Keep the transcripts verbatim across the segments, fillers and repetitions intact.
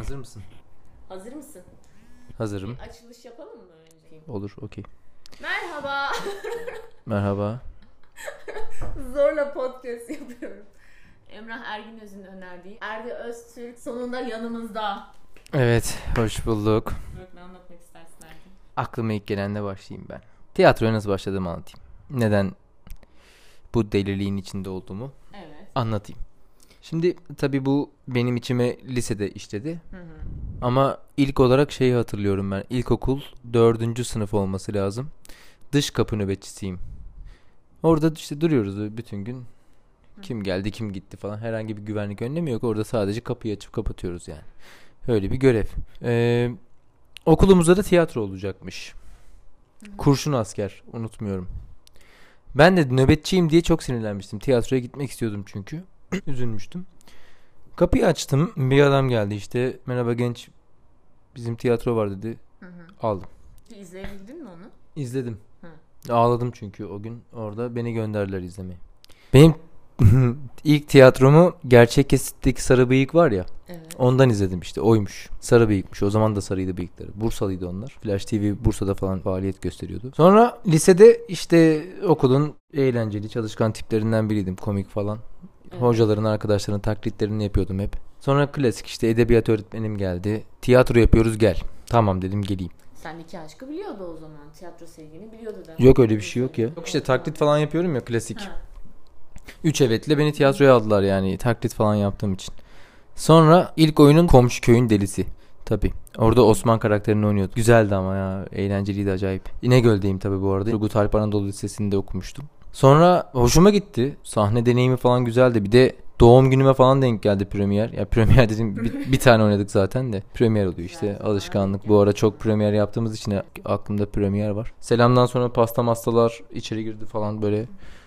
Hazır mısın? Hazır mısın? Hazırım. Bir açılış yapalım mı önce? Olur, okey. Merhaba. Merhaba. Zorla podcast yapıyorum. Emrah Erginöz'ün önerdiği Erdi Öztürk sonunda yanımızda. Evet, hoş bulduk. Evet, ne anlatmak istersin Erdi? Aklıma ilk gelenle başlayayım ben. Tiyatroya nasıl başladığımı anlatayım. Neden bu deliliğin içinde olduğumu Evet. anlatayım. Şimdi tabii bu benim içime lisede işledi. Hı hı. Ama ilk olarak şeyi hatırlıyorum ben. İlkokul dördüncü sınıf olması lazım. Dış kapı nöbetçisiyim. Orada işte duruyoruz bütün gün. Kim geldi kim gitti falan. Herhangi bir güvenlik önlemi yok. Orada sadece kapıyı açıp kapatıyoruz yani. Öyle bir görev. Ee, okulumuzda da tiyatro olacakmış. Kurşun asker. Unutmuyorum. Ben de nöbetçiyim diye çok sinirlenmiştim. Tiyatroya gitmek istiyordum çünkü. Üzülmüştüm. Kapıyı açtım. Bir adam geldi işte. Merhaba genç. Bizim tiyatro var dedi. Hı hı. Aldım. İzleyebildin mi onu? İzledim. Hı. Ağladım çünkü o gün. Orada beni gönderdiler izlemeye. Benim ilk tiyatromu gerçek kesitteki Sarı Bıyık var ya. Evet. Ondan izledim işte. Oymuş. Sarı Bıyıkmış. O zaman da sarıydı bıyıkları. Bursalıydı onlar. Flash T V Bursa'da falan faaliyet gösteriyordu. Sonra lisede işte okulun eğlenceli çalışkan tiplerinden biriydim. Komik falan. Evet. Hocaların, arkadaşların taklitlerini yapıyordum hep. Sonra klasik işte edebiyat öğretmenim geldi. Tiyatro yapıyoruz gel. Tamam dedim geleyim. Sen iki aşkı biliyordu o zaman. Tiyatro sevgini biliyordu da. Yok öyle bir şey yok ya. Yok işte taklit falan yapıyorum ya klasik. Ha. Üç evetle beni tiyatroya aldılar yani taklit falan yaptığım için. Sonra ilk oyunun Komşu Köyün Delisi. Tabii. Orada Osman karakterini oynuyordu. Güzeldi ama ya. Eğlenceliydi acayip. İnegöl'deyim tabii bu arada. Turgut Alp Anadolu Lisesi'nde okumuştum. Sonra hoşuma gitti. Sahne deneyimi falan güzeldi. Bir de doğum günüme falan denk geldi premier. Ya premier dedim bir, bir tane oynadık zaten de. Premier oluyor işte alışkanlık. Bu ara çok premier yaptığımız için aklımda premier var. Selamdan sonra pasta mastalar içeri girdi falan böyle.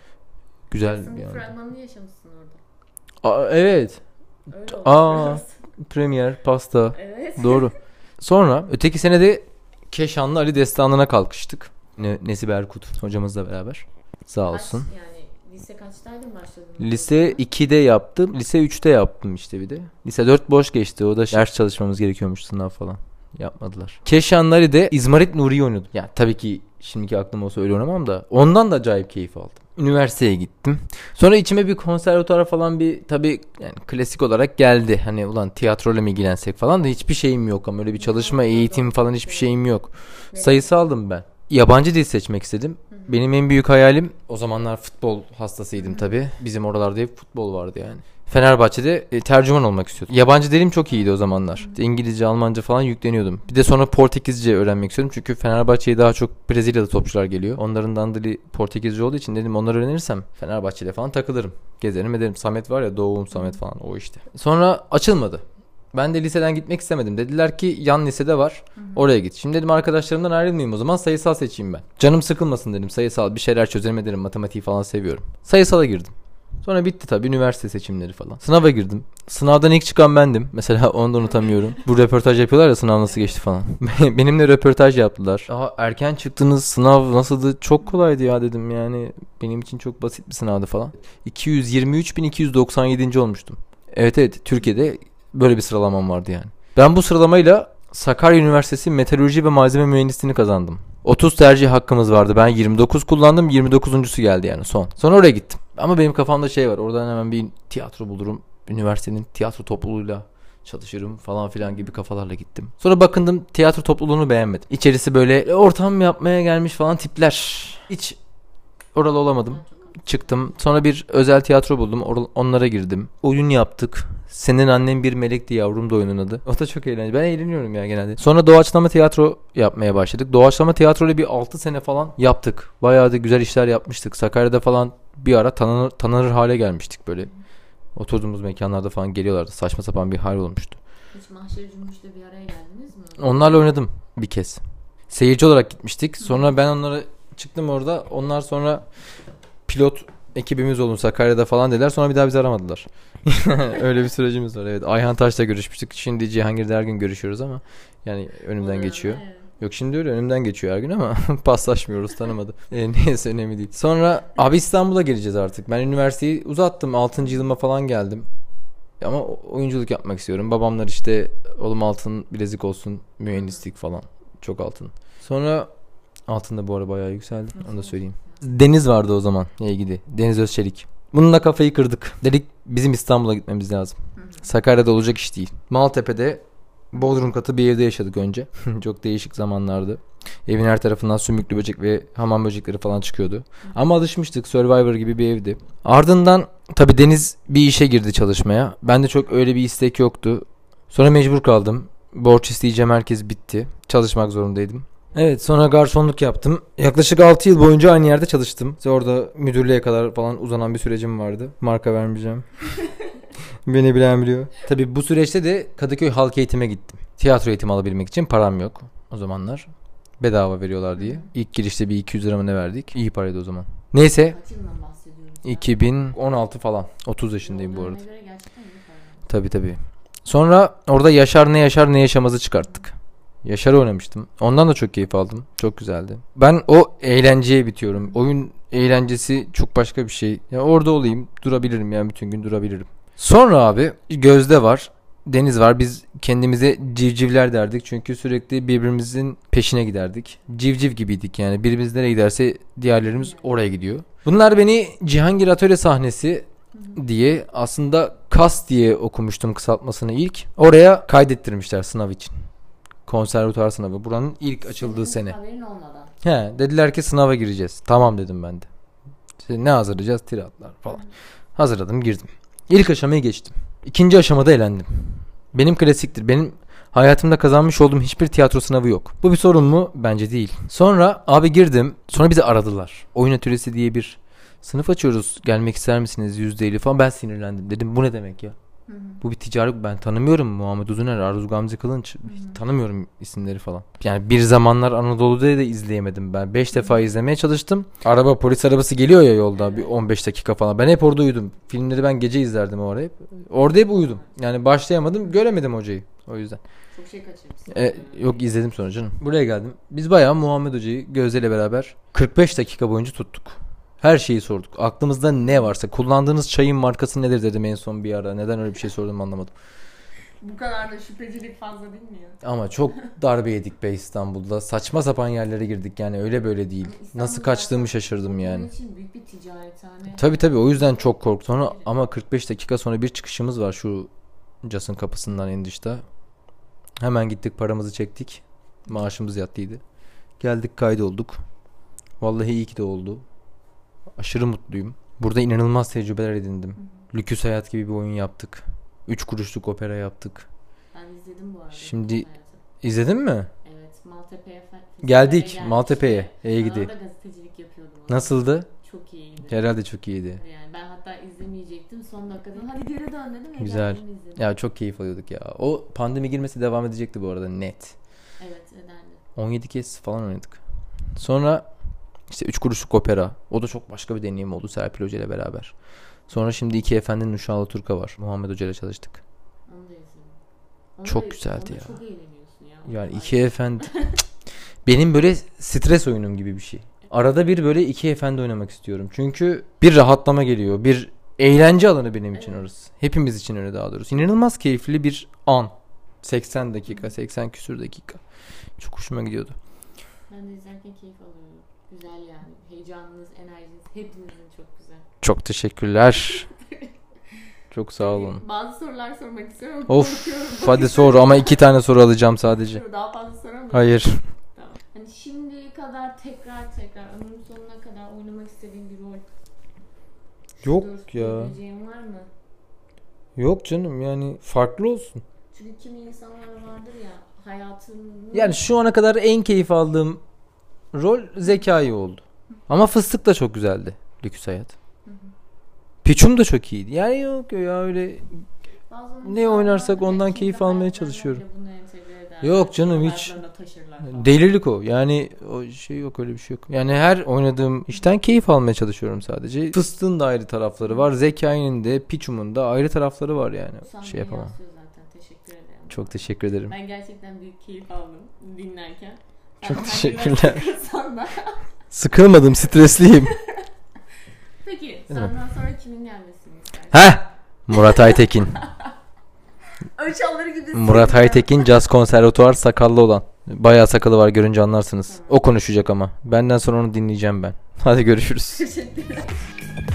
Güzel Sen yani. fragmanını yaşamışsın orada. Aa, evet. Öyle Aa, olmuş. premier, pasta. Evet. Doğru. Sonra öteki sene de Keşanlı Ali Destanı'na kalkıştık. Ne, Nesibe Erkut hocamızla beraber. Sağ olsun. Kaç, yani lise kaçtaydın başladın? Lise ikide yaptım. Lise üçte yaptım işte bir de. Lise dört boş geçti. O da ders çalışmamız gerekiyormuş sınav falan. Yapmadılar. Keşanlı Ali'de İzmarit Nuri'yi oynuyordum. Ya tabii ki şimdiki aklım olsa öyle oynamam da. Ondan da acayip keyif aldım. Üniversiteye gittim. Sonra içime bir konservatuara falan bir tabii yani klasik olarak geldi. Hani ulan tiyatroyla mı ilgilensek falan da hiçbir şeyim yok ama öyle bir çalışma, eğitim falan hiçbir şeyim yok. Sayısaldım ben. Yabancı dil seçmek istedim. Benim en büyük hayalim o zamanlar futbol hastasıydım tabii. Bizim oralarda hep futbol vardı yani. Fenerbahçe'de e, tercüman olmak istiyordum. Yabancı dilim çok iyiydi o zamanlar. İngilizce, Almanca falan yükleniyordum. Bir de sonra Portekizce öğrenmek istiyordum. Çünkü Fenerbahçe'ye daha çok Brezilyalı topçular geliyor. Onların da dili Portekizce olduğu için dedim onları öğrenirsem Fenerbahçe'de falan takılırım. Gezerim ederim. Samet var ya Doğum Samet falan o işte. Sonra açılmadı. Ben de liseden gitmek istemedim. Dediler ki yan lisede var. Hı hı. Oraya git. Şimdi dedim arkadaşlarımdan ayrılmayayım o zaman sayısal seçeyim ben. Canım sıkılmasın dedim. Sayısal bir şeyler çözerim ederim. Matematiği falan seviyorum. Sayısala girdim. Sonra bitti tabii üniversite seçimleri falan. Sınava girdim. Sınavdan ilk çıkan bendim. Mesela onu da unutamıyorum. Bu röportaj yapıyorlar ya sınav nasıl geçti falan. Benimle röportaj yaptılar. Aa, erken çıktınız sınav nasıldı? Çok kolaydı ya dedim yani. Benim için çok basit bir sınavdı falan. iki yüz yirmi üç bin iki yüz doksan yedinci olmuştum. Evet evet Türkiye'de böyle bir sıralamam vardı yani. Ben bu sıralamayla Sakarya Üniversitesi Meteoroloji ve Malzeme Mühendisliğini kazandım. otuz tercih hakkımız vardı. Ben yirmi dokuz kullandım. yirmi dokuzuncusu geldi yani son. Sonra oraya gittim. Ama benim kafamda şey var. Oradan hemen bir tiyatro bulurum. Üniversitenin tiyatro topluluğuyla çalışırım falan filan gibi kafalarla gittim. Sonra bakındım tiyatro topluluğunu beğenmedim. İçerisi böyle ortam yapmaya gelmiş falan tipler. Hiç oralı olamadım. Çıktım. Sonra bir özel tiyatro buldum. Or- onlara girdim. Oyun yaptık. Senin annen bir melekti yavrum da oyunun adı. O da çok eğlenceli. Ben eğleniyorum ya genelde. Sonra doğaçlama tiyatro yapmaya başladık. Doğaçlama tiyatroyu bir altı sene falan yaptık. Bayağı da güzel işler yapmıştık. Sakarya'da falan bir ara tanınır, tanınır hale gelmiştik böyle. Oturduğumuz mekanlarda falan geliyorlardı. Saçma sapan bir hal olmuştu. Hiç Mahşer Cümbüş'te bir araya geldiniz mi? Onlarla oynadım bir kez. Seyirci olarak gitmiştik. Sonra ben onlara çıktım orada. Onlar sonra pilot ekibimiz olun Sakarya'da falan dediler. Sonra bir daha bizi aramadılar. Öyle bir sürecimiz var. Evet. Ayhan Taş'la görüşmüştük. Şimdi Cihangir'de her gün görüşüyoruz ama yani önümden geçiyor. Yok şimdi öyle önümden geçiyor her gün ama paslaşmıyoruz tanımadı. E, neyse önemli değil. Sonra abi İstanbul'a geleceğiz artık. Ben üniversiteyi uzattım. altıncı yılıma falan geldim. Ama oyunculuk yapmak istiyorum. Babamlar işte oğlum altın bilezik olsun, mühendislik falan. Çok altın. Sonra altın da bu ara bayağı yükseldi. Onu da söyleyeyim. Deniz vardı o zaman ilgili. Deniz Özçelik. Bununla kafayı kırdık. Dedik bizim İstanbul'a gitmemiz lazım. Sakarya'da olacak iş değil. Maltepe'de Bodrum katı bir evde yaşadık önce. Çok değişik zamanlardı. Evin her tarafından sümüklü böcek ve hamam böcekleri falan çıkıyordu. Ama alışmıştık. Survivor gibi bir evdi. Ardından tabii Deniz bir işe girdi çalışmaya. Ben de çok öyle bir istek yoktu. Sonra mecbur kaldım. Borç isteyeceğim herkes bitti. Çalışmak zorundaydım. Evet, sonra garsonluk yaptım. Yaklaşık altı yıl boyunca aynı yerde çalıştım. İşte orada müdürlüğe kadar falan uzanan bir sürecim vardı. Marka vermeyeceğim. Beni bilen biliyor. Tabii bu süreçte de Kadıköy Halk Eğitim'e gittim. Tiyatro eğitimi alabilmek için param yok o zamanlar. Bedava veriyorlar diye. İlk girişte bir iki yüz lira mı ne verdik? İyi paraydı o zaman. Neyse. Kaç yılından bahsediyoruz? iki bin on altı falan. otuz yaşındayım bu arada. Göre gerçekten iyi para. Tabii tabii. Sonra orada Yaşar ne Yaşar ne Yaşamaz'ı çıkarttık. Yaşar oynamıştım. Ondan da çok keyif aldım. Çok güzeldi. Ben o eğlenceye bitiyorum. Oyun eğlencesi çok başka bir şey. Ya orada olayım, durabilirim yani bütün gün durabilirim. Sonra abi Gözde var. Deniz var. Biz kendimize civcivler derdik. Çünkü sürekli birbirimizin peşine giderdik. Civciv gibiydik yani. Birimiz nereye giderse diğerlerimiz oraya gidiyor. Bunlar beni Cihangir Atölye sahnesi diye aslında Kas diye okumuştum kısaltmasını ilk. Oraya kaydettirmişler sınav için. Konservatuar sınavı. Buranın ilk açıldığı Senin sene. haberin olmadan. He, dediler ki sınava gireceğiz. Tamam dedim ben de. İşte ne hazırlayacağız? Tiratlar falan. Hazırladım, girdim. İlk aşamayı geçtim. İkinci aşamada elendim. Benim klasiktir. Benim hayatımda kazanmış olduğum hiçbir tiyatro sınavı yok. Bu bir sorun mu? Bence değil. Sonra abi girdim. Sonra bizi aradılar. Oyun atölyesi diye bir sınıf açıyoruz. Gelmek ister misiniz? yüzde elli falan. Ben sinirlendim. Dedim bu ne demek ya? Hı hı. Bu bir ticaret. Ben tanımıyorum Muhammed Uzuner, Arzu Gamze Kılınç. Hı hı. Tanımıyorum isimleri falan. Yani bir zamanlar Anadolu'da da izleyemedim ben. beş defa izlemeye çalıştım. Araba, polis arabası geliyor ya yolda bir on beş dakika falan. Ben hep orada uyudum. Filmleri ben gece izlerdim orada hep. Orada hep uyudum. Yani başlayamadım, göremedim hocayı. O yüzden. Çok şey kaçırmışsın. E, yok izledim sonra canım. Buraya geldim. Biz bayağı Muhammed Hoca'yı Gözde ile beraber kırk beş dakika boyunca tuttuk. Her şeyi sorduk. Aklımızda ne varsa. Kullandığınız çayın markası nedir dedim en son bir ara. Neden öyle bir şey sordum anlamadım. Bu kadar da şüphecilik fazla değil mi ya? Ama çok darbe yedik be İstanbul'da. Saçma sapan yerlere girdik yani öyle böyle değil. Nasıl kaçtığımı şaşırdım yani. Bunun için büyük bir ticarethane. Tabii tabii o yüzden çok korktum. Sonra ama kırk beş dakika sonra bir çıkışımız var şu Cas'ın kapısından en dışta. Hemen gittik paramızı çektik. Maaşımız yattıydı. Geldik kaydolduk. Vallahi iyi ki de oldu. Aşırı mutluyum. Burada inanılmaz tecrübeler edindim. Lüküs Hayat gibi bir oyun yaptık. Üç kuruşluk opera yaptık. Ben izledim bu arada. Şimdi izledin mi? Evet, Maltepe'ye geldik Maltepe'ye. İyi Ben gidi. orada gazetecilik yapıyordum. Nasıldı? Çok iyiydi. Herhalde çok iyiydi. Yani ben hatta izlemeyecektim. Son dakikada hadi geri dön dedim. Güzel. Ya çok keyif alıyorduk ya. O pandemi girmesi devam edecekti bu arada net. Evet, ederdi. on yedi kez falan oynadık. Sonra işte üç kuruşluk opera. O da çok başka bir deneyim oldu Serpil Hoca ile beraber. Sonra şimdi iki Efendi'nin Uşağlı Turka var. Muhammed Hoca ile çalıştık. Onu da izledim. Onu çok da, güzeldi onu ya. Çok eğleniyorsun ya. Yani iki Efendi benim böyle stres oyunum gibi bir şey. Arada bir böyle iki Efendi oynamak istiyorum. Çünkü bir rahatlama geliyor. Bir eğlence alanı benim için orası. Hepimiz için öyle daha doğrusu. İnanılmaz keyifli bir an. seksen dakika, seksen küsür dakika. Çok hoşuma gidiyordu. Ben de izlerken keyif alıyorum. Güzel yani. Heyecanınız, enerjiniz hepinizin çok güzel. Çok teşekkürler. Çok sağ olun. Bazı sorular sormak istiyorum. Of, hadi sor ama iki tane soru alacağım sadece. Daha fazla soramıyorum. Hayır. Tamam. Hani şimdiye kadar tekrar tekrar ömrün sonuna kadar oynamak istediğin bir rol. Yok Şudur, ya. diyebileceğin var mı? Yok canım yani farklı olsun. Çünkü kimi insanlar vardır ya hayatının... Yani şu ana kadar en keyif aldığım rol Zekai oldu. Ama Fıstık da çok güzeldi. Lüküs Hayat. Piçum da çok iyiydi. Yani yok ya öyle ne oynarsak ondan keyif almaya çalışıyorum. Yok canım hiç delilik o. Yani o şey yok öyle bir şey yok. Yani her oynadığım işten keyif almaya çalışıyorum sadece. Fıstığın da ayrı tarafları var. Zekai'nin de Piçum'un da ayrı tarafları var yani. Sen şey yapamam. Zaten. Teşekkür ederim. Çok teşekkür ederim. Ben gerçekten büyük keyif aldım dinlerken. Çok ben teşekkürler. Da... Sıkılmadım, stresliyim. Peki, senden sonra kimin gelmesini istersin? Heh! Murat Aytekin. Öçalları gibi. Murat Haytekin Caz Konservatuvar sakallı olan. Bayağı sakalı var, görünce anlarsınız. O konuşacak ama. Benden sonra onu dinleyeceğim ben. Hadi görüşürüz. Teşekkürler.